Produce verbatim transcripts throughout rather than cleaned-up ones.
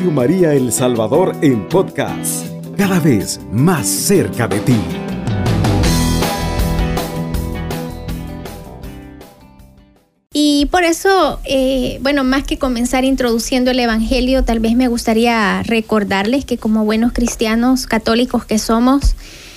Radio María El Salvador en podcast, cada vez más cerca de ti. Y por eso, eh, bueno, más que comenzar introduciendo el Evangelio, tal vez me gustaría recordarles que como buenos cristianos católicos que somos,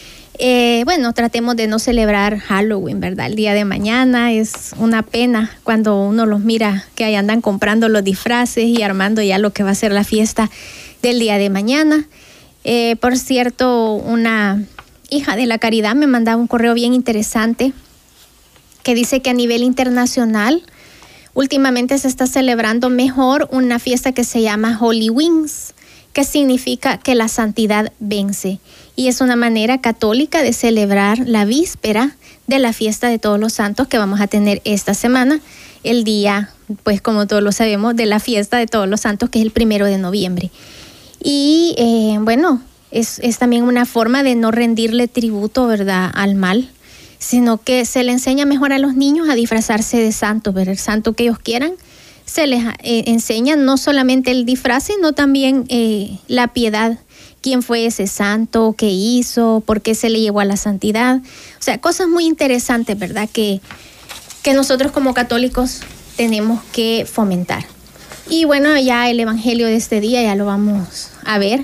eh, bueno, tratemos de no celebrar Halloween, ¿verdad? El día de mañana es una pena cuando uno los mira que ahí andan comprando los disfraces y armando ya lo que va a ser la fiesta del día de mañana. Eh, por cierto, una hija de la caridad me mandaba un correo bien interesante que dice que a nivel internacional últimamente se está celebrando mejor una fiesta que se llama Holy Wings, que significa que la santidad vence. Y es una manera católica de celebrar la víspera de la fiesta de todos los santos que vamos a tener esta semana, el día, pues como todos lo sabemos, de la fiesta de todos los santos, que es el primero de noviembre. Y eh, bueno, es, es también una forma de no rendirle tributo, ¿verdad?, al mal, sino que se le enseña mejor a los niños a disfrazarse de santo, ver el santo que ellos quieran. Se les eh, enseña no solamente el disfraz, sino también eh, la piedad. ¿Quién fue ese santo? ¿Qué hizo? ¿Por qué se le llevó a la santidad? O sea, cosas muy interesantes, ¿verdad?, que, que nosotros como católicos tenemos que fomentar. Y bueno, ya el evangelio de este día ya lo vamos a ver.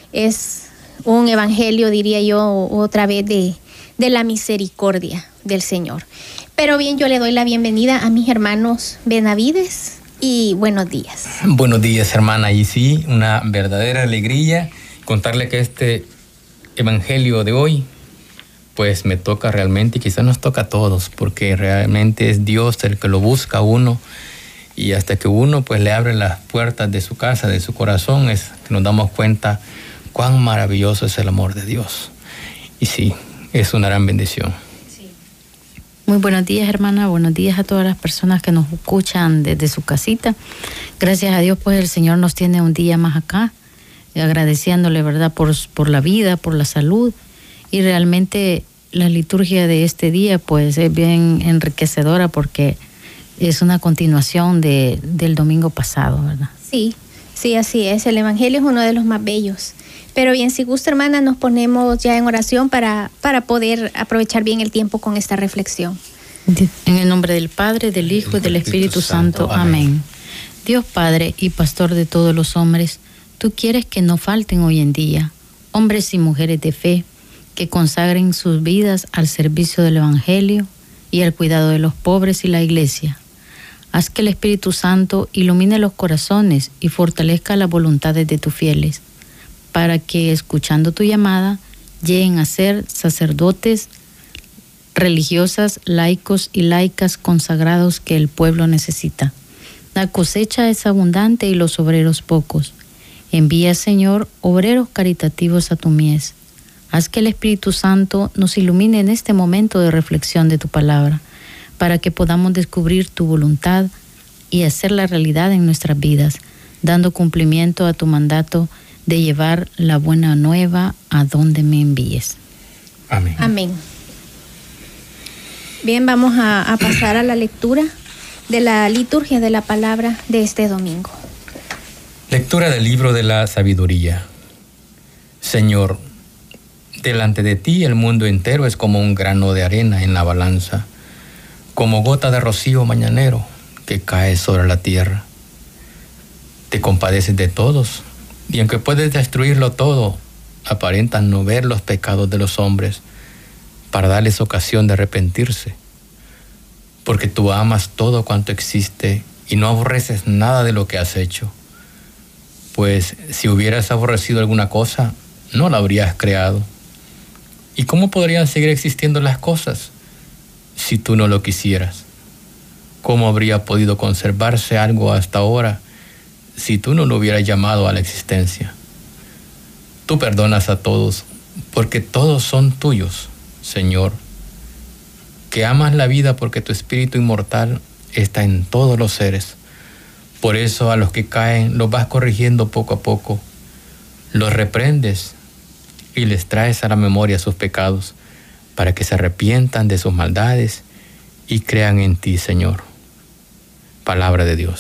Es un evangelio, diría yo, otra vez de, de la misericordia del Señor. Pero bien, yo le doy la bienvenida a mis hermanos Benavides y buenos días. Buenos días, hermana. Y sí, una verdadera alegría contarle que este evangelio de hoy pues me toca realmente, y quizás nos toca a todos, porque realmente es Dios el que lo busca a uno, y hasta que uno pues le abre las puertas de su casa, de su corazón, es que nos damos cuenta cuán maravilloso es el amor de Dios. Y sí, es una gran bendición. Sí. Muy buenos días, hermana. Buenos días a todas las personas que nos escuchan desde su casita. Gracias a Dios, pues el Señor nos tiene un día más acá, agradeciéndole, ¿verdad?, por, por la vida, por la salud. Y realmente la liturgia de este día pues es bien enriquecedora porque es una continuación de, del domingo pasado, ¿verdad? Sí, sí, así es. El evangelio es uno de los más bellos. Pero bien, si gusta, hermana, nos ponemos ya en oración para, para poder aprovechar bien el tiempo con esta reflexión. En el nombre del Padre, del Hijo y del Espíritu Santo. Amén. Dios Padre y Pastor de todos los hombres, tú quieres que no falten hoy en día hombres y mujeres de fe que consagren sus vidas al servicio del Evangelio y al cuidado de los pobres y la Iglesia. Haz que el Espíritu Santo ilumine los corazones y fortalezca las voluntades de tus fieles, para que, escuchando tu llamada, lleguen a ser sacerdotes, religiosas, laicos y laicas consagrados que el pueblo necesita. La cosecha es abundante y los obreros pocos. Envía, Señor, obreros caritativos a tu mies. Haz que el Espíritu Santo nos ilumine en este momento de reflexión de tu palabra, para que podamos descubrir tu voluntad y hacerla realidad en nuestras vidas, dando cumplimiento a tu mandato de llevar la buena nueva a donde me envíes. Amén. Amén. Bien, vamos a, a pasar a la lectura de la liturgia de la palabra de este domingo. Lectura del libro de la sabiduría. Señor, delante de ti el mundo entero es como un grano de arena en la balanza, como gota de rocío mañanero que cae sobre la tierra. Te compadeces de todos, y aunque puedes destruirlo todo, aparentas no ver los pecados de los hombres para darles ocasión de arrepentirse, porque tú amas todo cuanto existe y no aborreces nada de lo que has hecho. Pues si hubieras aborrecido alguna cosa, no la habrías creado. ¿Y cómo podrían seguir existiendo las cosas si tú no lo quisieras? ¿Cómo habría podido conservarse algo hasta ahora si tú no lo hubieras llamado a la existencia? Tú perdonas a todos, porque todos son tuyos, Señor, que amas la vida porque tu espíritu inmortal está en todos los seres. Por eso a los que caen los vas corrigiendo poco a poco, los reprendes y les traes a la memoria sus pecados, para que se arrepientan de sus maldades y crean en ti, Señor. Palabra de Dios.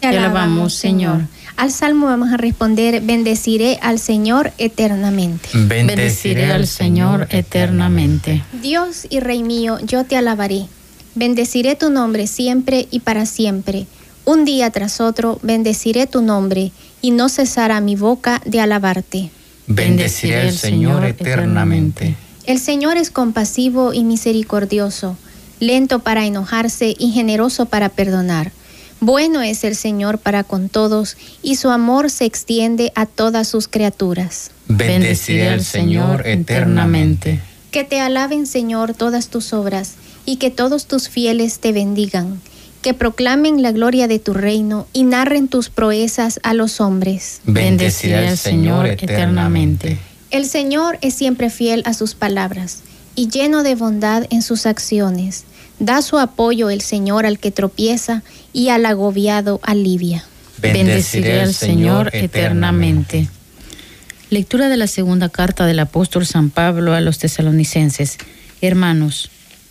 Te alabamos, Señor. Al salmo vamos a responder, bendeciré al Señor eternamente. Bendeciré al Señor eternamente. Dios y Rey mío, yo te alabaré. Bendeciré tu nombre siempre y para siempre. Un día tras otro bendeciré tu nombre y no cesará mi boca de alabarte. Bendeciré al Señor eternamente. El Señor es compasivo y misericordioso, lento para enojarse y generoso para perdonar. Bueno es el Señor para con todos, y su amor se extiende a todas sus criaturas. Bendeciré al Señor eternamente. Que te alaben, Señor, todas tus obras, y que todos tus fieles te bendigan. Que proclamen la gloria de tu reino y narren tus proezas a los hombres. Bendeciré al Señor eternamente. El Señor es siempre fiel a sus palabras y lleno de bondad en sus acciones. Da su apoyo el Señor al que tropieza y al agobiado alivia. Bendeciré al Señor eternamente. Lectura de la segunda carta del apóstol San Pablo a los tesalonicenses. Hermanos,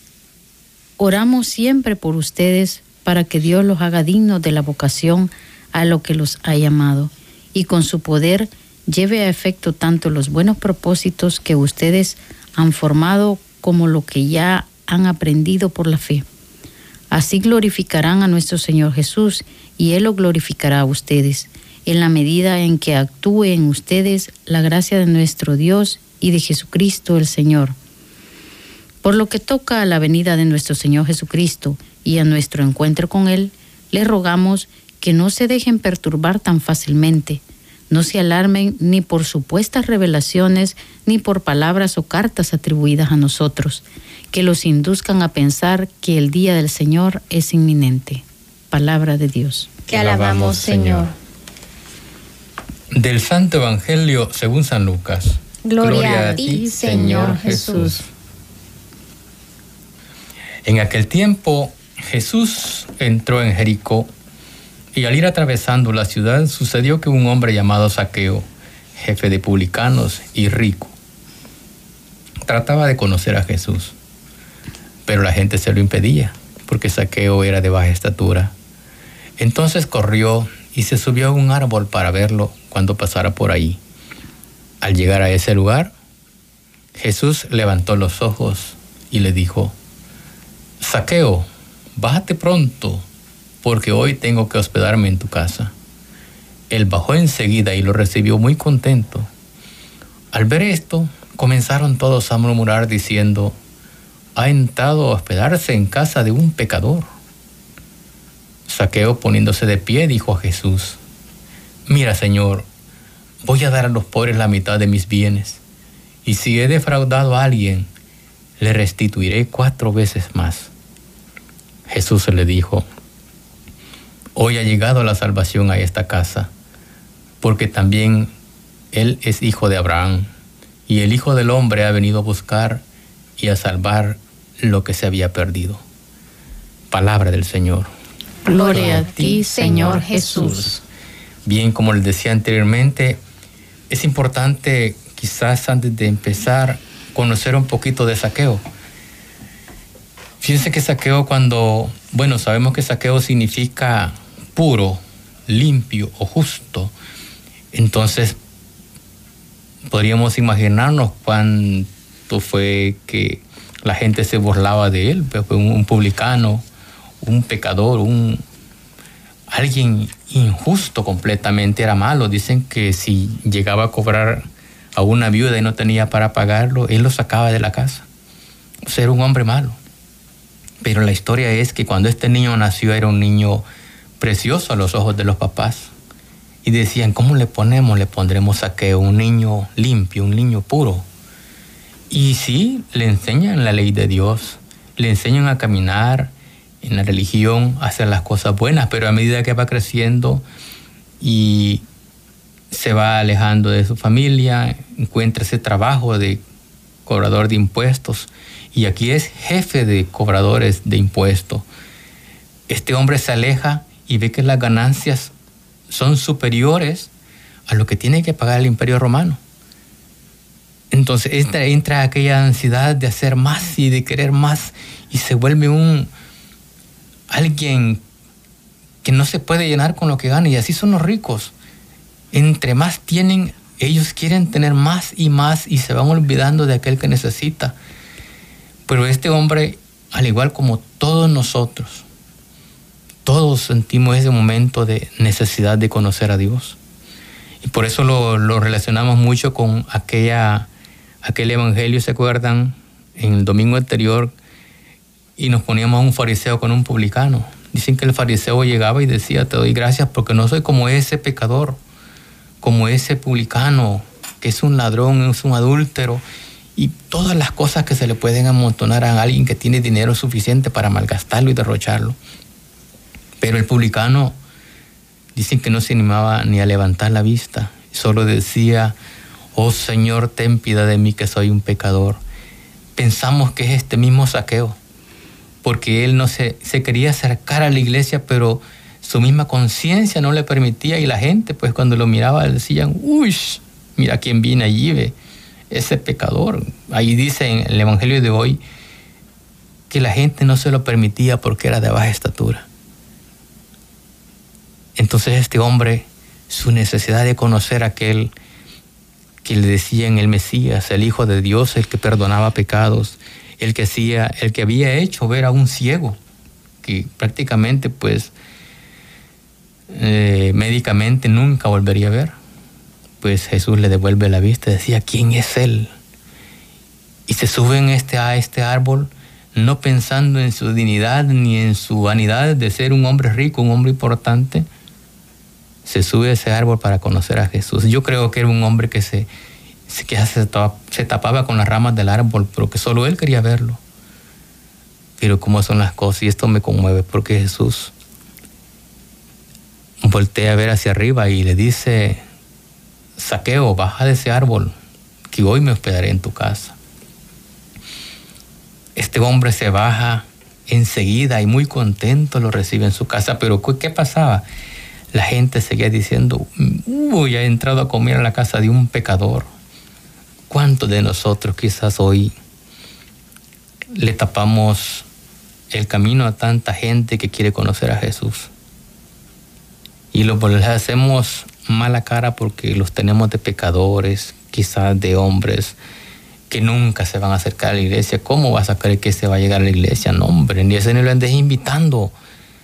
oramos siempre por ustedes para que Dios los haga dignos de la vocación a lo que los ha llamado, y con su poder lleve a efecto tanto los buenos propósitos que ustedes han formado como lo que ya han aprendido por la fe. Así glorificarán a nuestro Señor Jesús, y Él lo glorificará a ustedes, en la medida en que actúe en ustedes la gracia de nuestro Dios y de Jesucristo el Señor. Por lo que toca a la venida de nuestro Señor Jesucristo y a nuestro encuentro con Él, les rogamos que no se dejen perturbar tan fácilmente. No se alarmen ni por supuestas revelaciones, ni por palabras o cartas atribuidas a nosotros, que los induzcan a pensar que el día del Señor es inminente. Palabra de Dios. Te alabamos, Señor. Del Santo Evangelio según San Lucas. Gloria, Gloria a ti, Señor Jesús. En aquel tiempo, Jesús entró en Jericó, y al ir atravesando la ciudad, sucedió que un hombre llamado Zaqueo, jefe de publicanos y rico, trataba de conocer a Jesús, pero la gente se lo impedía, porque Zaqueo era de baja estatura. Entonces corrió y se subió a un árbol para verlo cuando pasara por ahí. Al llegar a ese lugar, Jesús levantó los ojos y le dijo: Zaqueo, bájate pronto, porque hoy tengo que hospedarme en tu casa. Él bajó enseguida y lo recibió muy contento. Al ver esto, comenzaron todos a murmurar diciendo: ha entrado a hospedarse en casa de un pecador. Zaqueo, poniéndose de pie, dijo a Jesús: mira, Señor, voy a dar a los pobres la mitad de mis bienes, y si he defraudado a alguien, le restituiré cuatro veces más. Jesús le dijo: hoy ha llegado la salvación a esta casa, porque también él es hijo de Abraham, y el Hijo del Hombre ha venido a buscar y a salvar lo que se había perdido. Palabra del Señor. Gloria a ti, Señor Jesús. Bien, como les decía anteriormente, es importante, quizás antes de empezar, conocer un poquito de Zaqueo. Fíjense que Zaqueo, cuando, bueno, sabemos que Zaqueo significa puro, limpio o justo. Entonces, podríamos imaginarnos cuánto fue que la gente se burlaba de él. Fue un, un publicano, un pecador, un alguien injusto completamente, era malo. Dicen que si llegaba a cobrar a una viuda y no tenía para pagarlo, él lo sacaba de la casa. O sea, era un hombre malo. Pero la historia es que cuando este niño nació era un niño precioso a los ojos de los papás. Y decían: ¿cómo le ponemos? Le pondremos Zaqueo, un niño limpio, un niño puro. Y sí, le enseñan la ley de Dios, le enseñan a caminar en la religión, a hacer las cosas buenas, pero a medida que va creciendo y se va alejando de su familia, encuentra ese trabajo de cobrador de impuestos, y aquí es jefe de cobradores de impuestos. Este hombre se aleja y ve que las ganancias son superiores a lo que tiene que pagar el Imperio Romano. Entonces entra, entra aquella ansiedad de hacer más y de querer más, y se vuelve un alguien que no se puede llenar con lo que gana, y así son los ricos. Entre más tienen, ellos quieren tener más y más y se van olvidando de aquel que necesita. Pero este hombre, al igual como todos nosotros, todos sentimos ese momento de necesidad de conocer a Dios. Y por eso lo, lo relacionamos mucho con aquella, aquel evangelio, ¿se acuerdan? En el domingo anterior, y nos poníamos a un fariseo con un publicano. Dicen que el fariseo llegaba y decía, te doy gracias porque no soy como ese pecador, como ese publicano, que es un ladrón, es un adúltero, y todas las cosas que se le pueden amontonar a alguien que tiene dinero suficiente para malgastarlo y derrocharlo. Pero el publicano, dicen que no se animaba ni a levantar la vista, solo decía, oh Señor, ten piedad de mí que soy un pecador. Pensamos que es este mismo Zaqueo, porque él no se, se quería acercar a la iglesia, pero su misma conciencia no le permitía, y la gente, pues cuando lo miraba, decían, uy, mira quién viene allí, ve, ese pecador. Ahí dice en el evangelio de hoy que la gente no se lo permitía porque era de baja estatura. Entonces este hombre, su necesidad de conocer a aquel que le decían el Mesías, el Hijo de Dios, el que perdonaba pecados, el que hacía, el que había hecho ver a un ciego, que prácticamente pues eh, médicamente nunca volvería a ver, pues Jesús le devuelve la vista y decía, ¿quién es él? Y se suben este, a este árbol, no pensando en su dignidad ni en su vanidad de ser un hombre rico, un hombre importante. Se sube a ese árbol para conocer a Jesús. Yo creo que era un hombre que se, que se, tapaba, se tapaba con las ramas del árbol, pero que solo él quería verlo. Pero cómo son las cosas, y esto me conmueve, porque Jesús voltea a ver hacia arriba y le dice, Zaqueo, baja de ese árbol, que hoy me hospedaré en tu casa. Este hombre se baja enseguida y muy contento lo recibe en su casa, pero ¿qué pasaba? La gente seguía diciendo, uy, ha entrado a comer a la casa de un pecador. ¿Cuántos de nosotros quizás hoy le tapamos el camino a tanta gente que quiere conocer a Jesús? Y los les hacemos mala cara porque los tenemos de pecadores, quizás de hombres que nunca se van a acercar a la iglesia. ¿Cómo vas a creer que se va a llegar a la iglesia? No, hombre, ni ese ni lo andes invitando.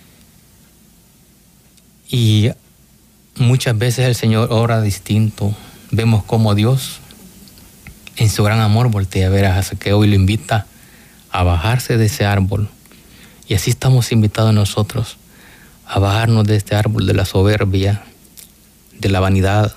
Y muchas veces el Señor obra distinto. Vemos cómo Dios, en su gran amor, voltea a ver a Zaqueo y lo invita a bajarse de ese árbol. Y así estamos invitados nosotros a bajarnos de este árbol de la soberbia, de la vanidad,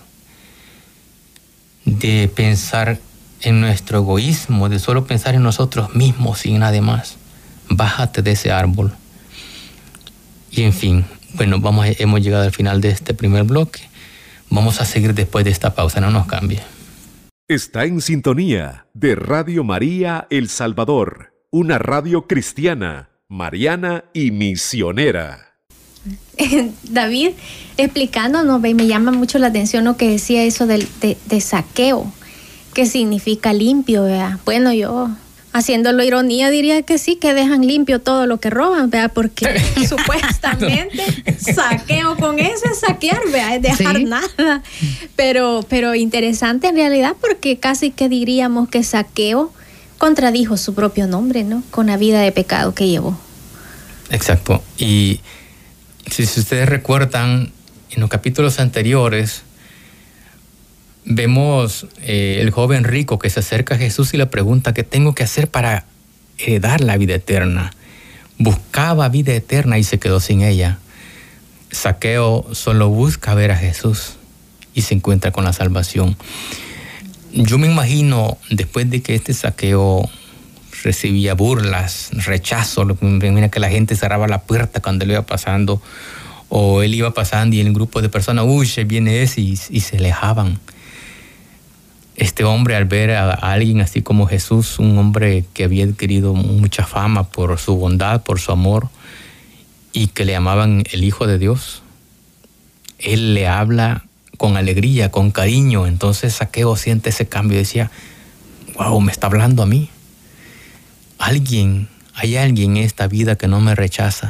de pensar en nuestro egoísmo, de solo pensar en nosotros mismos y nada más. Bájate de ese árbol. Y en fin, bueno, vamos, hemos llegado al final de este primer bloque. Vamos a seguir después de esta pausa, no nos cambie. Está en sintonía de Radio María El Salvador, una radio cristiana, mariana y misionera. David, explicándonos, me llama mucho la atención lo que decía eso de, de, de Zaqueo, que significa limpio, ¿verdad? Bueno, yo haciéndolo ironía diría que sí, que dejan limpio todo lo que roban, ¿verdad? Porque supuestamente saqueo con eso es saquear, ¿verdad? Es dejar sí. nada. Pero, pero interesante en realidad, porque casi que diríamos que Zaqueo contradijo su propio nombre, ¿no? Con la vida de pecado que llevó. Exacto. Y si ustedes recuerdan, en los capítulos anteriores, vemos eh, el joven rico que se acerca a Jesús y le pregunta qué tengo que hacer para heredar la vida eterna. Buscaba vida eterna y se quedó sin ella. Zaqueo solo busca ver a Jesús y se encuentra con la salvación. Yo me imagino, después de que este Zaqueo recibía burlas, rechazo, mira que la gente cerraba la puerta cuando él iba pasando, o él iba pasando y el grupo de personas, uy, viene ese, y, y se alejaban. Este hombre, al ver a, a alguien así como Jesús, un hombre que había adquirido mucha fama por su bondad, por su amor, y que le llamaban el Hijo de Dios, él le habla con alegría, con cariño. Entonces Zaqueo siente ese cambio y decía, wow, me está hablando a mí. Alguien, hay alguien en esta vida que no me rechaza,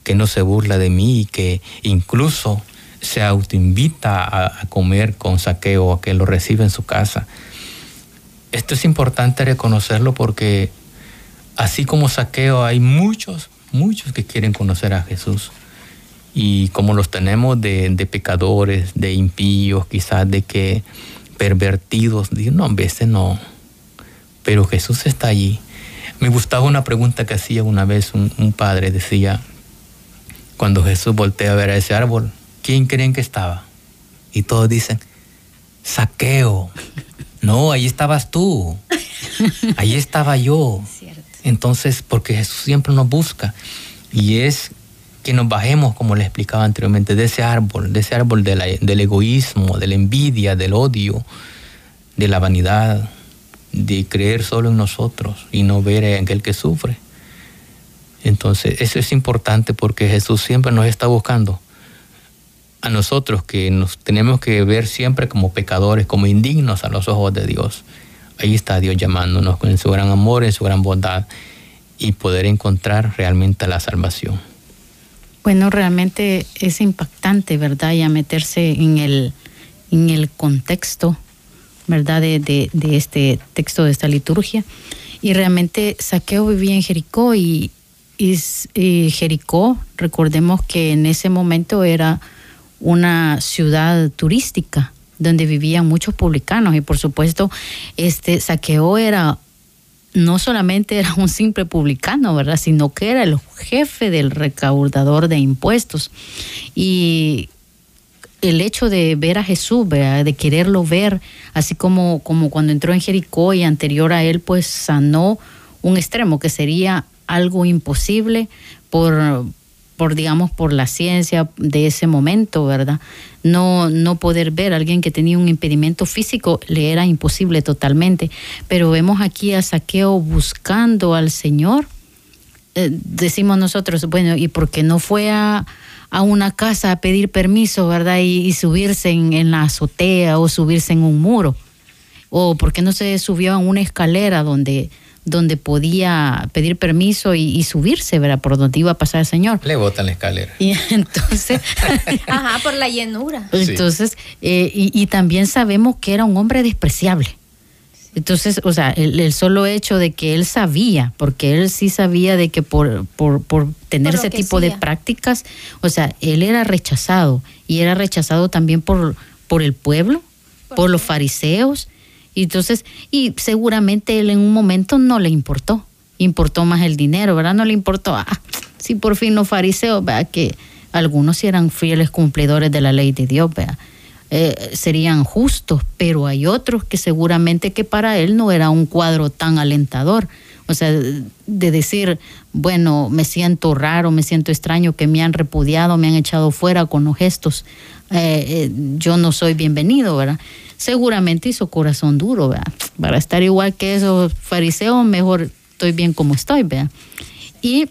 que no se burla de mí, que incluso se autoinvita a, a comer con Zaqueo, a que lo reciba en su casa. Esto es importante reconocerlo porque así como Zaqueo hay muchos, muchos que quieren conocer a Jesús. Y como los tenemos de, de pecadores, de impíos, quizás de que pervertidos, digo, no, a veces no. Pero Jesús está allí. Me gustaba una pregunta que hacía una vez un, un padre, decía, cuando Jesús voltea a ver a ese árbol, ¿quién creen que estaba? Y todos dicen, Zaqueo. No, ahí estabas tú. Ahí estaba yo. Cierto. Entonces, porque Jesús siempre nos busca. Y es que nos bajemos, como les explicaba anteriormente, de ese árbol, de ese árbol de la, del egoísmo, de la envidia, del odio, de la vanidad, de creer solo en nosotros y no ver a aquel que sufre. Entonces, eso es importante porque Jesús siempre nos está buscando a nosotros, que nos tenemos que ver siempre como pecadores, como indignos a los ojos de Dios. Ahí está Dios llamándonos en su gran amor, en su gran bondad, y poder encontrar realmente la salvación. Bueno, realmente es impactante, ¿verdad? Ya meterse en el, en el contexto, ¿verdad? De, de, de este texto, de esta liturgia. Y realmente Zaqueo vivía en Jericó y, y, y Jericó, recordemos que en ese momento era una ciudad turística donde vivían muchos publicanos y por supuesto este Zaqueo era no solamente era un simple publicano, ¿verdad? Sino que era el jefe del recaudador de impuestos. Y el hecho de ver a Jesús, ¿verdad? De quererlo ver, así como, como cuando entró en Jericó y anterior a él, pues sanó un extremo que sería algo imposible por, por digamos, por la ciencia de ese momento, ¿verdad? No, no poder ver a alguien que tenía un impedimento físico le era imposible totalmente. Pero vemos aquí a Zaqueo buscando al Señor. Eh, decimos nosotros, bueno, ¿y por qué no fue a, a una casa a pedir permiso, ¿verdad? Y, y subirse en, en la azotea o subirse en un muro. ¿O por qué no se subió a una escalera donde, donde podía pedir permiso y, y subirse, ¿verdad? Por donde iba a pasar el Señor. Le botan la escalera. Y entonces... Ajá, por la llenura. Entonces, sí. eh, y, y también sabemos que era un hombre despreciable. Entonces, o sea, el, el solo hecho de que él sabía, porque él sí sabía de que por, por, por tener por ese tipo sea. de prácticas, o sea, él era rechazado y era rechazado también por, por el pueblo, por, por los fariseos. Y entonces, y seguramente él en un momento no le importó, importó más el dinero, ¿verdad? No le importó, ah, si por fin los fariseos, ¿verdad? Que algunos sí eran fieles cumplidores de la ley de Dios, ¿verdad? Eh, serían justos, pero hay otros que seguramente que para él no era un cuadro tan alentador. O sea, de decir, bueno, me siento raro, me siento extraño, que me han repudiado, me han echado fuera con los gestos, eh, eh, yo no soy bienvenido, ¿verdad? Seguramente hizo corazón duro, ¿verdad? Para estar igual que esos fariseos, mejor estoy bien como estoy, ¿verdad? Y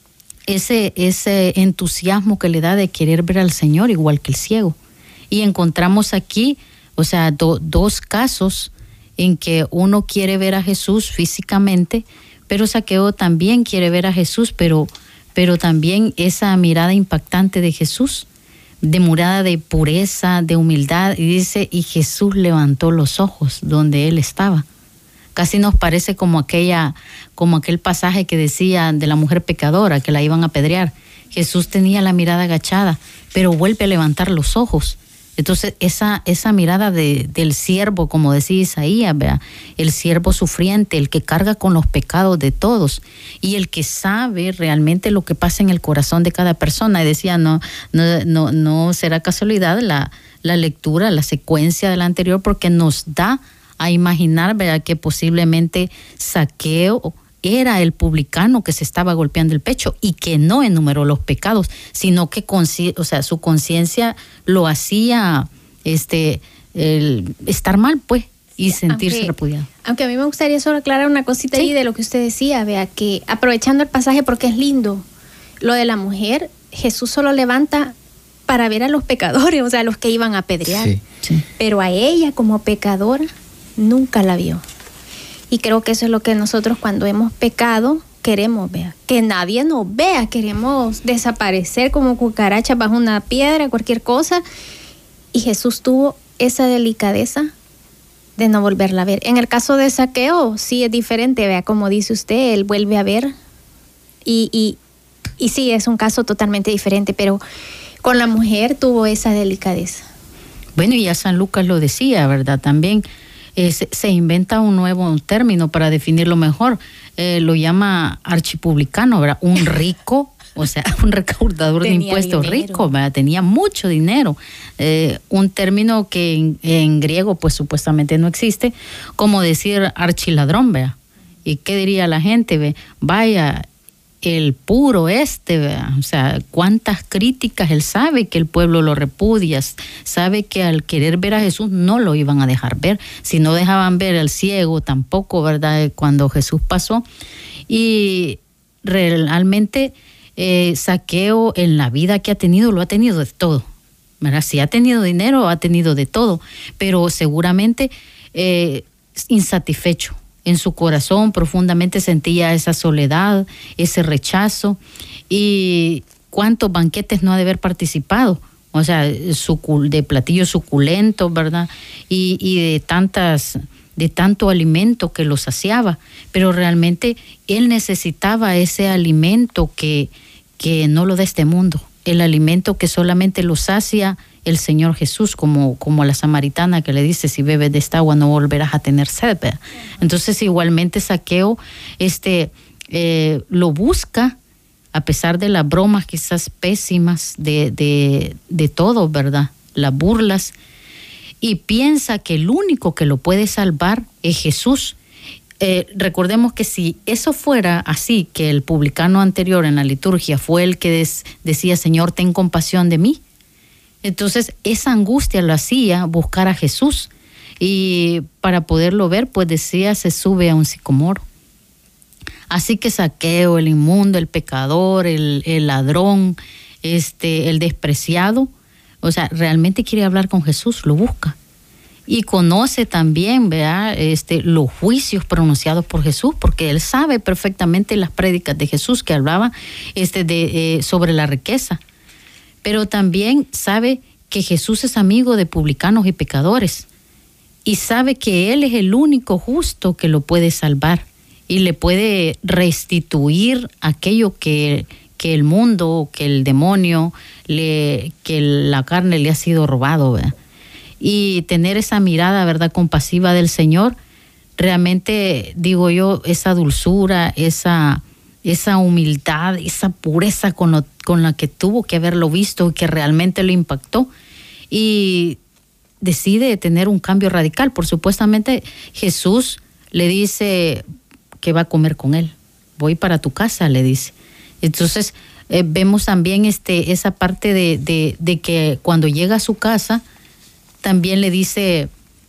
ese, ese entusiasmo que le da de querer ver al Señor igual que el ciego. Y encontramos aquí, o sea, do, dos casos en que uno quiere ver a Jesús físicamente, pero Zaqueo también quiere ver a Jesús, pero, pero también esa mirada impactante de Jesús, de mirada de pureza, de humildad, y dice, y Jesús levantó los ojos donde él estaba. Casi nos parece como aquella, como aquel pasaje que decía de la mujer pecadora que la iban a apedrear. Jesús tenía la mirada agachada, pero vuelve a levantar los ojos. Entonces, esa, esa mirada de, del siervo, como decía Isaías, ¿verdad? El siervo sufriente, el que carga con los pecados de todos y el que sabe realmente lo que pasa en el corazón de cada persona. Y decía, no, no, no, no será casualidad la, la lectura, la secuencia de la anterior, porque nos da a imaginar, ¿verdad?, que posiblemente Zaqueo era el publicano que se estaba golpeando el pecho y que no enumeró los pecados, sino que o sea, su conciencia lo hacía este, el, estar mal, pues, y sentirse aunque, repudiado. Aunque a mí me gustaría solo aclarar una cosita, ¿sí?, ahí de lo que usted decía, vea, que aprovechando el pasaje porque es lindo, lo de la mujer, Jesús solo levanta para ver a los pecadores, o sea, a los que iban a apedrear, sí, sí. Pero a ella como pecadora nunca la vio. Y creo que eso es lo que nosotros cuando hemos pecado, queremos, vea, que nadie nos vea, queremos desaparecer como cucarachas bajo una piedra, cualquier cosa. Y Jesús tuvo esa delicadeza de no volverla a ver. En el caso de Zaqueo, sí es diferente, vea, como dice usted, él vuelve a ver y, y, y sí, es un caso totalmente diferente, pero con la mujer tuvo esa delicadeza. Bueno, y ya San Lucas lo decía, ¿verdad? También eh, se, se inventa un nuevo término para definirlo mejor, eh, lo llama archipublicano, ¿verdad? Un rico, o sea, un recaudador de impuestos dinero. rico, ¿verdad? Tenía mucho dinero. Eh, un término que en, en griego, pues supuestamente no existe, como decir archiladrón, ¿verdad? ¿Y qué diría la gente? ¿Ve? Vaya, el puro este, ¿verdad? O sea, cuántas críticas. Él sabe que el pueblo lo repudia, sabe que al querer ver a Jesús no lo iban a dejar ver. Si no dejaban ver al ciego, tampoco, ¿verdad? Cuando Jesús pasó. Y realmente Eh, Zaqueo en la vida que ha tenido, lo ha tenido de todo, ¿verdad? Si ha tenido dinero, ha tenido de todo, pero seguramente eh, insatisfecho. En su corazón profundamente sentía esa soledad, ese rechazo, y cuántos banquetes no ha de haber participado, o sea, sucul- de platillos suculentos, ¿verdad? Y, y de tantas... de tanto alimento que lo saciaba, pero realmente él necesitaba ese alimento que, que no lo da este mundo, el alimento que solamente lo sacia el Señor Jesús, como, como la samaritana que le dice, si bebes de esta agua no volverás a tener sed. Entonces igualmente Zaqueo este, eh, lo busca, a pesar de las bromas quizás pésimas de, de, de todo, ¿verdad? Las burlas, y piensa que el único que lo puede salvar es Jesús. Eh, recordemos que si eso fuera así, que el publicano anterior en la liturgia fue el que des, decía, Señor, ten compasión de mí, entonces esa angustia lo hacía buscar a Jesús, y para poderlo ver, pues decía, se sube a un sicomoro. Así que Zaqueo, el inmundo, el pecador, el, el ladrón, este, el despreciado, o sea, realmente quiere hablar con Jesús, lo busca. Y conoce también, ¿verdad? Este, los juicios pronunciados por Jesús, porque él sabe perfectamente las prédicas de Jesús que hablaba este, de, eh, sobre la riqueza. Pero también sabe que Jesús es amigo de publicanos y pecadores. Y sabe que él es el único justo que lo puede salvar y le puede restituir aquello que... que el mundo, que el demonio, le, que la carne le ha sido robado, ¿verdad? Y tener esa mirada, ¿verdad?, compasiva del Señor, realmente, digo yo, esa dulzura, esa, esa humildad, esa pureza con, lo, con la que tuvo que haberlo visto, que realmente lo impactó, y decide tener un cambio radical. Por supuestamente Jesús le dice que va a comer con él. Voy para tu casa, le dice. Entonces eh, vemos también este, esa parte de, de, de que cuando llega a su casa, también le dice,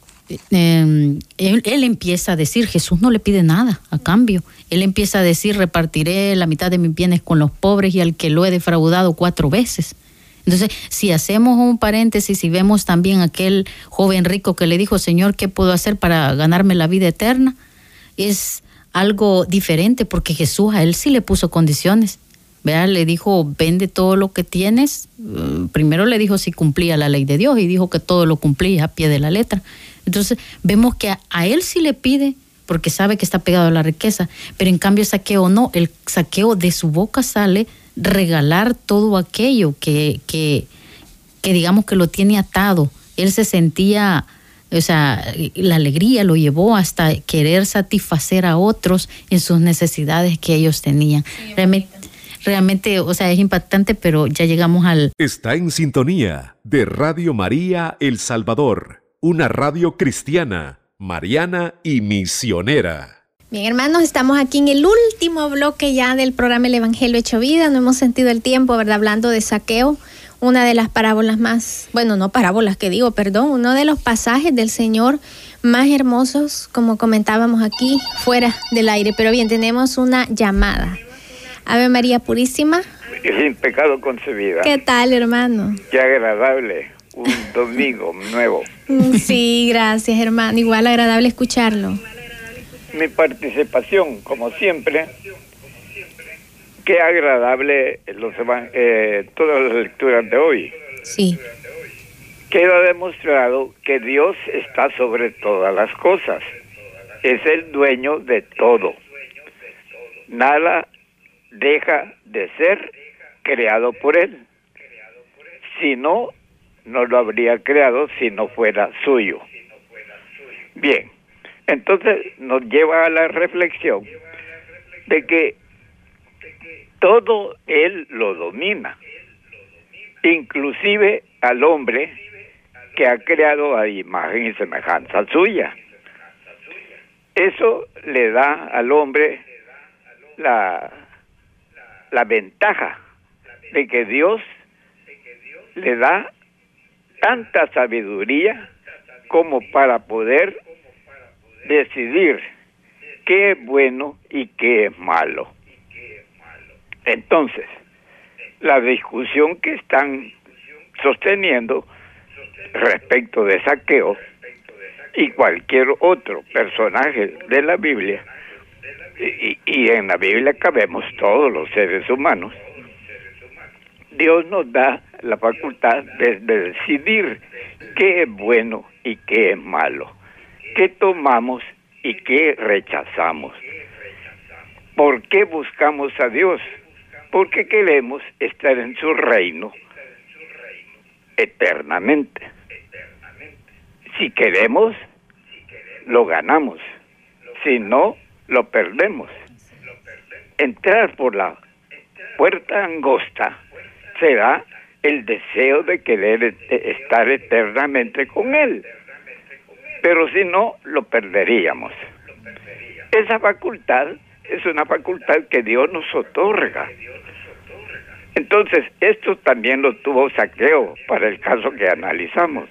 eh, él, él empieza a decir, Jesús no le pide nada a cambio. Él empieza a decir, repartiré la mitad de mis bienes con los pobres y al que lo he defraudado cuatro veces. Entonces, si hacemos un paréntesis y vemos también aquel joven rico que le dijo, Señor, ¿qué puedo hacer para ganarme la vida eterna? Es algo diferente, porque Jesús a él sí le puso condiciones. ¿Verdad? Le dijo, vende todo lo que tienes. Uh, primero le dijo si cumplía la ley de Dios, y dijo que todo lo cumplía a pie de la letra. Entonces vemos que a, a él sí le pide, porque sabe que está pegado a la riqueza, pero en cambio Zaqueo no. El Zaqueo, de su boca sale regalar todo aquello que, que, que digamos que lo tiene atado. Él se sentía, o sea, la alegría lo llevó hasta querer satisfacer a otros en sus necesidades que ellos tenían. Sí, realmente, realmente, o sea, es impactante, pero ya llegamos al... Está en sintonía de Radio María El Salvador, una radio cristiana, mariana y misionera. Bien, hermanos, estamos aquí en el último bloque ya del programa El Evangelio Hecho Vida. No hemos sentido el tiempo, ¿verdad? Hablando de Zaqueo, una de las parábolas más, bueno, no parábolas que digo, perdón, uno de los pasajes del Señor más hermosos, como comentábamos aquí, fuera del aire. Pero bien, tenemos una llamada. Ave María Purísima. Sin pecado concebida. ¿Qué tal, hermano? Qué agradable, un domingo nuevo. Sí, gracias, hermano. Igual agradable escucharlo. Mi participación, como siempre, qué agradable los eh, todas las lecturas de hoy. Sí. Queda demostrado que Dios está sobre todas las cosas. Es el dueño de todo. Nada deja de ser creado por Él. Si no, no lo habría creado si no fuera suyo. Bien, entonces nos lleva a la reflexión de que todo Él lo domina, inclusive al hombre que ha creado a imagen y semejanza suya. Eso le da al hombre la, la ventaja de que Dios le da tanta sabiduría como para poder decidir qué es bueno y qué es malo. Entonces, la discusión que están sosteniendo respecto de Zaqueo y cualquier otro personaje de la Biblia, y, y en la Biblia cabemos todos los seres humanos, Dios nos da la facultad de, de decidir qué es bueno y qué es malo, qué tomamos y qué rechazamos. ¿Por qué buscamos a Dios? Porque queremos estar en su reino eternamente. Si queremos, lo ganamos. Si no, lo perdemos. Entrar por la puerta angosta será el deseo de querer estar eternamente con Él. Pero si no, lo perderíamos. Esa facultad es una facultad que Dios nos otorga. Entonces, esto también lo tuvo Zaqueo para el caso que analizamos.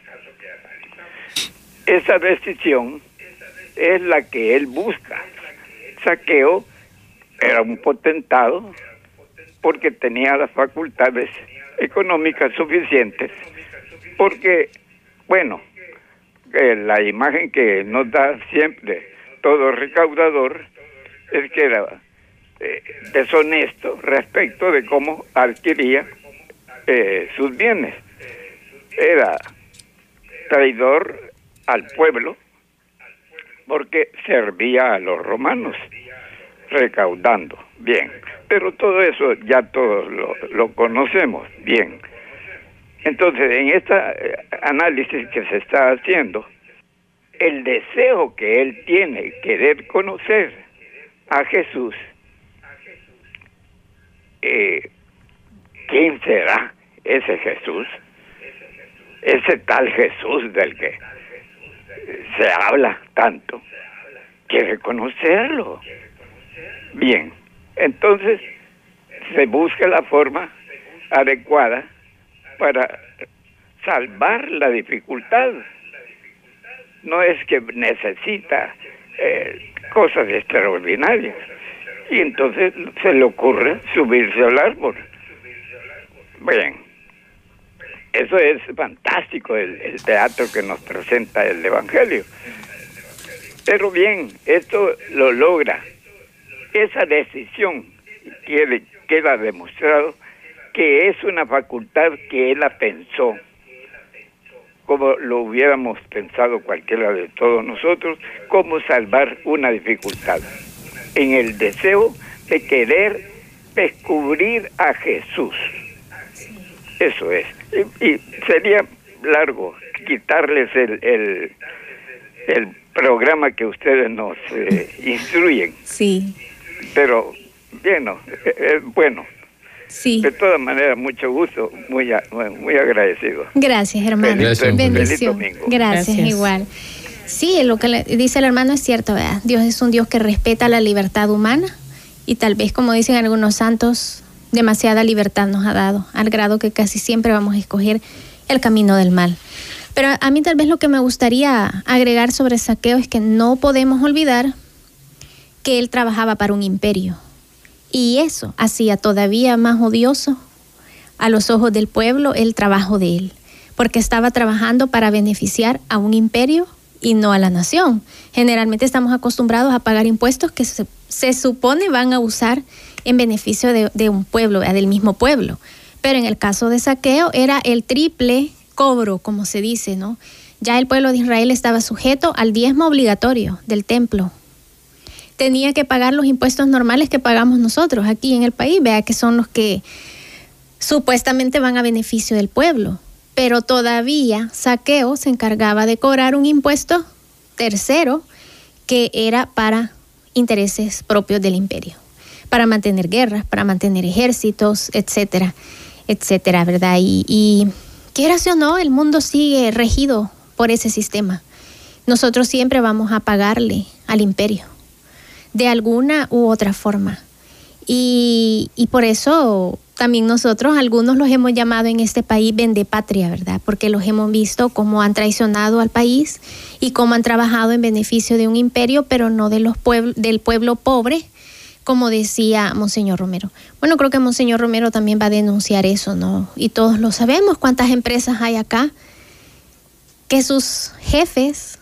Esa decisión es la que él busca. Zaqueo era un potentado porque tenía las facultades económicas suficientes, porque, bueno, eh, la imagen que nos da siempre todo recaudador es que era eh, deshonesto respecto de cómo adquiría eh, sus bienes. Era traidor al pueblo porque servía a los romanos recaudando. Bien, pero todo eso ya todos lo, lo conocemos bien. Entonces, en este análisis que se está haciendo, el deseo que él tiene, querer conocer a Jesús, eh, ¿quién será ese Jesús? Ese tal Jesús del que se habla tanto, quiere conocerlo. Bien, entonces se busca la forma adecuada para salvar la dificultad. No es que necesita eh, cosas extraordinarias. Y entonces se le ocurre subirse al árbol. Bien, eso es fantástico, el, el teatro que nos presenta el Evangelio. Pero bien, esto lo logra. Esa decisión quiere, queda demostrado que es una facultad que él la pensó, como lo hubiéramos pensado cualquiera de todos nosotros, cómo salvar una dificultad, en el deseo de querer descubrir a Jesús. Eso es. Y, y sería largo quitarles el, el, el programa que ustedes nos eh, instruyen. Sí. Pero, bueno, es eh, bueno. Sí. De todas maneras, mucho gusto, muy, a, muy agradecido. Gracias, hermano. Gracias. Bendición. Feliz domingo. Gracias, Gracias. igual. Sí, lo que le dice el hermano es cierto, ¿verdad? Dios es un Dios que respeta la libertad humana y tal vez, como dicen algunos santos, demasiada libertad nos ha dado, al grado que casi siempre vamos a escoger el camino del mal. Pero a mí tal vez lo que me gustaría agregar sobre Zaqueo es que no podemos olvidar que él trabajaba para un imperio. Y eso hacía todavía más odioso a los ojos del pueblo el trabajo de él, porque estaba trabajando para beneficiar a un imperio y no a la nación. Generalmente estamos acostumbrados a pagar impuestos que se, se supone van a usar en beneficio de, de un pueblo, del mismo pueblo. Pero en el caso de Zaqueo era el triple cobro, como se dice, ¿no? Ya el pueblo de Israel estaba sujeto al diezmo obligatorio del templo. Tenía que pagar los impuestos normales que pagamos nosotros aquí en el país, vea que son los que supuestamente van a beneficio del pueblo. Pero todavía Zaqueo se encargaba de cobrar un impuesto tercero que era para intereses propios del imperio, para mantener guerras, para mantener ejércitos, etcétera, etcétera, ¿verdad? Y, y quieras o no, el mundo sigue regido por ese sistema. Nosotros siempre vamos a pagarle al imperio, de alguna u otra forma. Y, y por eso también nosotros, algunos los hemos llamado en este país vendepatria, ¿verdad? Porque los hemos visto cómo han traicionado al país y cómo han trabajado en beneficio de un imperio, pero no de los pueblos, del pueblo pobre, como decía Monseñor Romero. Bueno, creo que Monseñor Romero también va a denunciar eso, ¿no? Y todos lo sabemos, cuántas empresas hay acá que sus jefes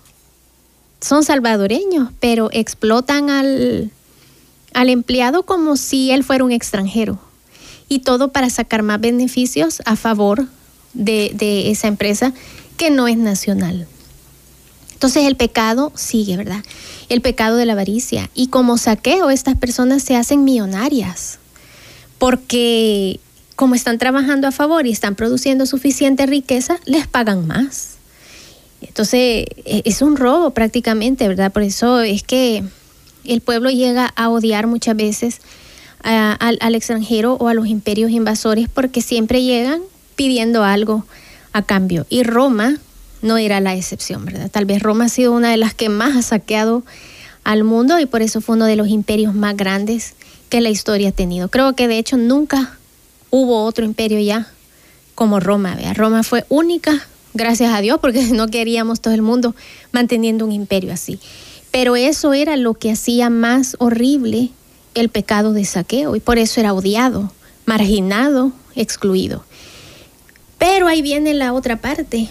son salvadoreños, pero explotan al, al empleado como si él fuera un extranjero. Y todo para sacar más beneficios a favor de, de esa empresa que no es nacional. Entonces el pecado sigue, ¿verdad? El pecado de la avaricia. Y como Zaqueo, estas personas se hacen millonarias. Porque como están trabajando a favor y están produciendo suficiente riqueza, les pagan más. Entonces es un robo prácticamente, ¿verdad? Por eso es que el pueblo llega a odiar muchas veces a, al, al extranjero o a los imperios invasores, porque siempre llegan pidiendo algo a cambio. Y Roma no era la excepción, ¿verdad? Tal vez Roma ha sido una de las que más ha saqueado al mundo y por eso fue uno de los imperios más grandes que la historia ha tenido. Creo que de hecho nunca hubo otro imperio ya como Roma, ¿verdad? Roma fue única, gracias a Dios, porque no queríamos todo el mundo manteniendo un imperio así. Pero eso era lo que hacía más horrible el pecado de Zaqueo y por eso era odiado, marginado, excluido. Pero ahí viene la otra parte.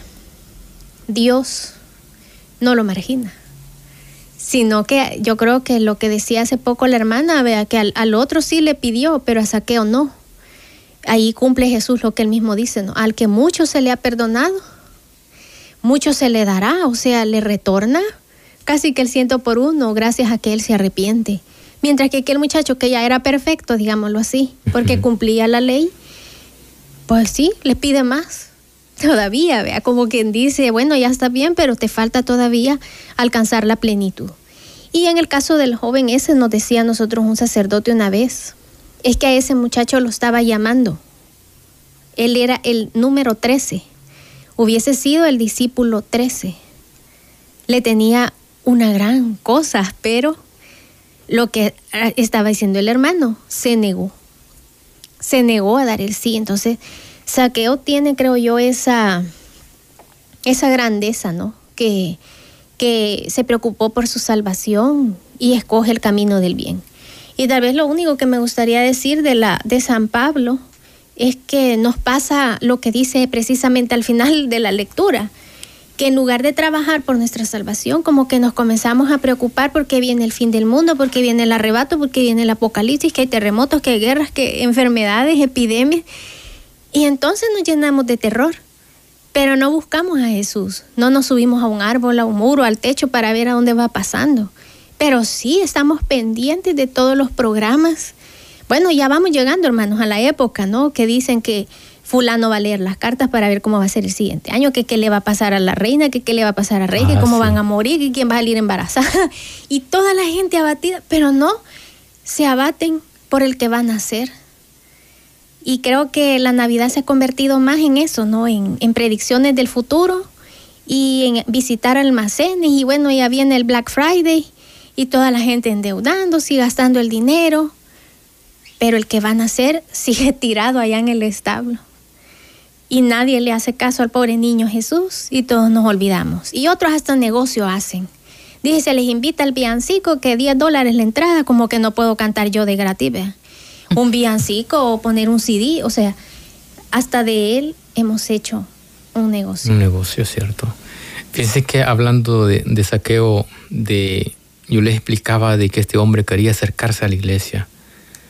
Dios no lo margina, sino que yo creo que lo que decía hace poco la hermana, vea que al, al otro sí le pidió, pero a Zaqueo no. Ahí cumple Jesús lo que él mismo dice, ¿no? Al que mucho se le ha perdonado, mucho se le dará, o sea, le retorna casi que el ciento por uno, gracias a que él se arrepiente. Mientras que aquel muchacho que ya era perfecto, digámoslo así, porque cumplía la ley, pues sí, le pide más. Todavía, vea, como quien dice, bueno, ya está bien, pero te falta todavía alcanzar la plenitud. Y en el caso del joven ese, nos decía a nosotros un sacerdote una vez, es que a ese muchacho lo estaba llamando. Él era el número trece. Hubiese sido el discípulo trece. Le tenía una gran cosa, pero lo que estaba diciendo el hermano, se negó. Se negó a dar el sí. Entonces, Zaqueo tiene, creo yo, esa, esa grandeza, ¿no? Que, que se preocupó por su salvación y escoge el camino del bien. Y tal vez lo único que me gustaría decir de, la, de San Pablo es que nos pasa lo que dice precisamente al final de la lectura, que en lugar de trabajar por nuestra salvación, como que nos comenzamos a preocupar porque viene el fin del mundo, porque viene el arrebato, porque viene el apocalipsis, que hay terremotos, que hay guerras, que hay enfermedades, epidemias. Y entonces nos llenamos de terror, pero no buscamos a Jesús. No nos subimos a un árbol, a un muro, al techo para ver a dónde va pasando. Pero sí estamos pendientes de todos los programas. Bueno, ya vamos llegando, hermanos, a la época, ¿no? Que dicen que fulano va a leer las cartas para ver cómo va a ser el siguiente año, que qué le va a pasar a la reina, que qué le va a pasar al rey, ah, que cómo sí. van a morir, que quién va a salir embarazada. Y toda la gente abatida, pero no, se abaten por el que va a nacer. Y creo que la Navidad se ha convertido más en eso, ¿no? En, en predicciones del futuro y en visitar almacenes. Y bueno, ya viene el Black Friday y toda la gente endeudándose y gastando el dinero. Pero el que va a nacer sigue tirado allá en el establo. Y nadie le hace caso al pobre niño Jesús y todos nos olvidamos. Y otros hasta negocio hacen. Dice, se les invita al villancico que diez dólares la entrada, como que no puedo cantar yo de gratis, ¿verdad? Un villancico o poner un C D, o sea, hasta de él hemos hecho un negocio. Un negocio, cierto. Fíjense que hablando de, de Zaqueo, de, yo les explicaba de que este hombre quería acercarse a la iglesia.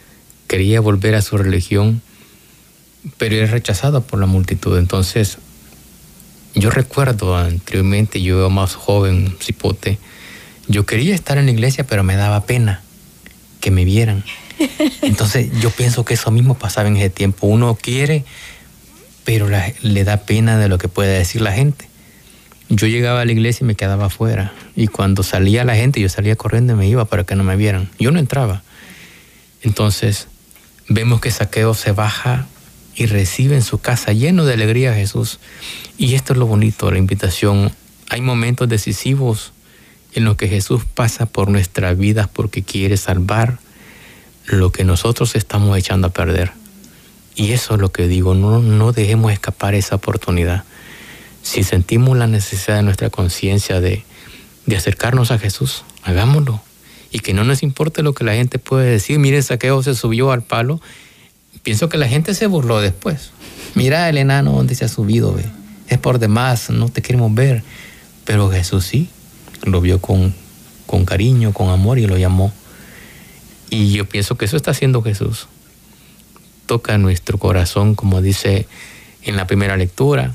quería volver a su religión, pero era rechazado por la multitud. Entonces, yo recuerdo anteriormente, yo más joven, cipote, yo quería estar en la iglesia, pero me daba pena que me vieran. Entonces, yo pienso que eso mismo pasaba en ese tiempo. Uno quiere, pero la, le da pena de lo que puede decir la gente. Yo llegaba a la iglesia y me quedaba afuera. Y cuando salía la gente, yo salía corriendo y me iba para que no me vieran. Yo no entraba. Entonces, vemos que Zaqueo se baja y recibe en su casa lleno de alegría a Jesús. Y esto es lo bonito, la invitación. Hay momentos decisivos en los que Jesús pasa por nuestras vidas porque quiere salvar lo que nosotros estamos echando a perder. Y eso es lo que digo, no, no dejemos escapar esa oportunidad. Si sentimos la necesidad de nuestra conciencia de, de acercarnos a Jesús, hagámoslo. Y que no nos importe lo que la gente puede decir. Miren, Zaqueo se subió al palo. Pienso que la gente se burló después. Mira el enano donde se ha subido, ve. Es por demás, no te queremos ver. Pero Jesús sí, lo vio con, con cariño, con amor y lo llamó. Y yo pienso que eso está haciendo Jesús. Toca nuestro corazón, como dice en la primera lectura.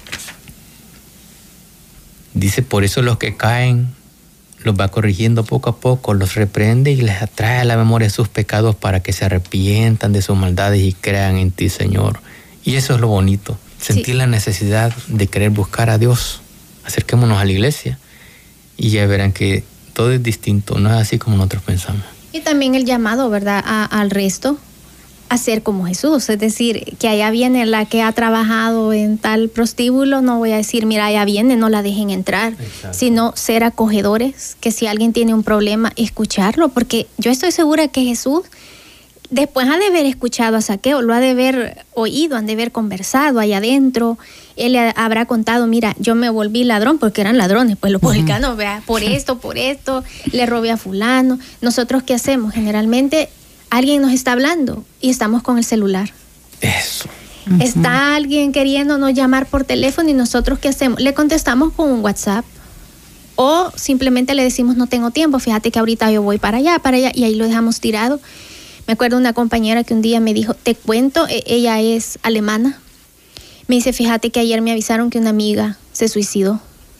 Dice, por eso los que caen los va corrigiendo poco a poco, los reprende y les atrae a la memoria sus pecados para que se arrepientan de sus maldades y crean en ti, Señor. Y eso es lo bonito, sentir sí. la necesidad de querer buscar a Dios. Acerquémonos a la iglesia y ya verán que todo es distinto, no es así como nosotros pensamos. Y también el llamado, ¿verdad?, a, al resto a ser como Jesús, es decir, que allá viene la que ha trabajado en tal prostíbulo, no voy a decir, mira, allá viene, no la dejen entrar, Exacto. sino ser acogedores, que si alguien tiene un problema, escucharlo, porque yo estoy segura que Jesús, después ha de haber escuchado a Zaqueo, lo ha de haber oído, han de haber conversado allá adentro, él le habrá contado, mira, yo me volví ladrón, porque eran ladrones, pues los publicanos, uh-huh. vea, por esto, por esto, le robé a fulano. Nosotros, ¿qué hacemos? Generalmente, alguien nos está hablando y estamos con el celular. Eso. Uh-huh. Está alguien queriéndonos llamar por teléfono y nosotros, ¿qué hacemos? Le contestamos con un WhatsApp o simplemente le decimos, no tengo tiempo, fíjate que ahorita yo voy para allá, para allá, y ahí lo dejamos tirado. Me acuerdo una compañera que un día me dijo, te cuento, ella es alemana, me dice, fíjate que ayer me avisaron que una amiga se suicidó.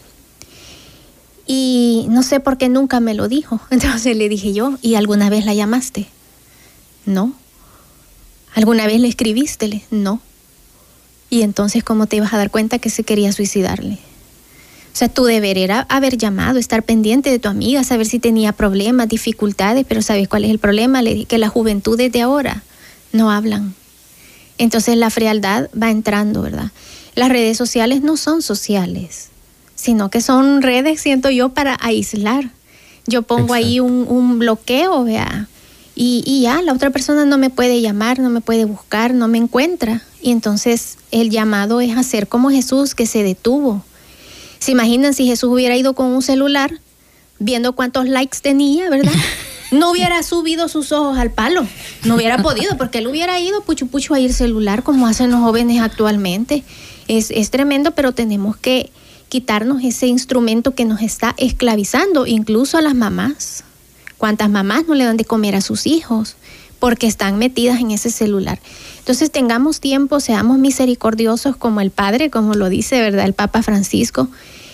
Y no sé por qué nunca me lo dijo. Entonces le dije yo, ¿y alguna vez la llamaste? No. ¿Alguna vez le escribístele? No. Y entonces, ¿cómo te ibas a dar cuenta que se quería suicidarle? O sea, tu deber era haber llamado, estar pendiente de tu amiga, saber si tenía problemas, dificultades, pero ¿sabes cuál es el problema? Le dije que las juventudes de ahora no hablan. Entonces la frialdad va entrando, ¿verdad? Las redes sociales no son sociales, sino que son redes, siento yo, para aislar. Yo pongo Exacto. ahí un, un bloqueo, vea, y, y ya, la otra persona no me puede llamar, no me puede buscar, no me encuentra. Y entonces el llamado es hacer como Jesús, que se detuvo. ¿Se imaginan si Jesús hubiera ido con un celular, viendo cuántos likes tenía, verdad? No hubiera subido sus ojos al palo, no hubiera podido, porque él hubiera ido puchu puchu a ir celular, como hacen los jóvenes actualmente. Es, es tremendo, pero tenemos que quitarnos ese instrumento que nos está esclavizando, incluso a las mamás. ¿Cuántas mamás no le dan de comer a sus hijos? Porque están metidas en ese celular. Entonces tengamos tiempo, seamos misericordiosos como el Padre, como lo dice, ¿verdad?, el Papa Francisco,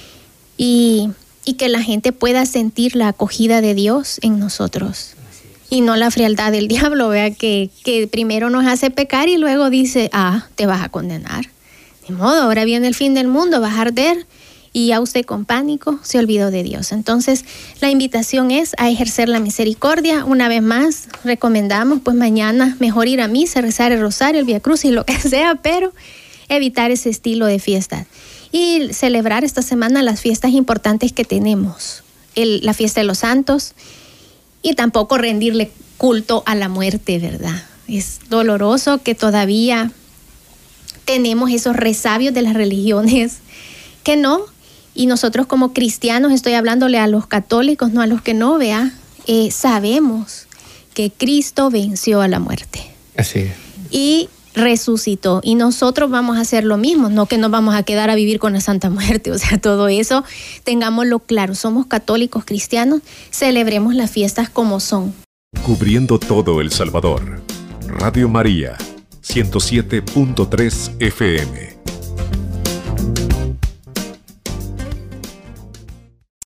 y, y que la gente pueda sentir la acogida de Dios en nosotros y no la frialdad del diablo, vea, que, que primero nos hace pecar y luego dice, ah, te vas a condenar. De modo, ahora viene el fin del mundo, vas a arder, y ya usted con pánico se olvidó de Dios. Entonces, la invitación es a ejercer la misericordia. Una vez más, recomendamos, pues mañana mejor ir a misa, rezar el rosario, el Vía Crucis, lo que sea, pero evitar ese estilo de fiesta. Y celebrar esta semana las fiestas importantes que tenemos. El, la fiesta de los santos, y tampoco rendirle culto a la muerte, ¿verdad? Es doloroso que todavía tenemos esos resabios de las religiones que no. Y nosotros como cristianos, estoy hablándole a los católicos, no a los que no, vea, eh, sabemos que Cristo venció a la muerte. Así es. Y resucitó. Y nosotros vamos a hacer lo mismo, no que nos vamos a quedar a vivir con la Santa Muerte. O sea, todo eso, tengámoslo claro. Somos católicos cristianos, celebremos las fiestas como son. Cubriendo todo El Salvador. Radio María, ciento siete punto tres F M.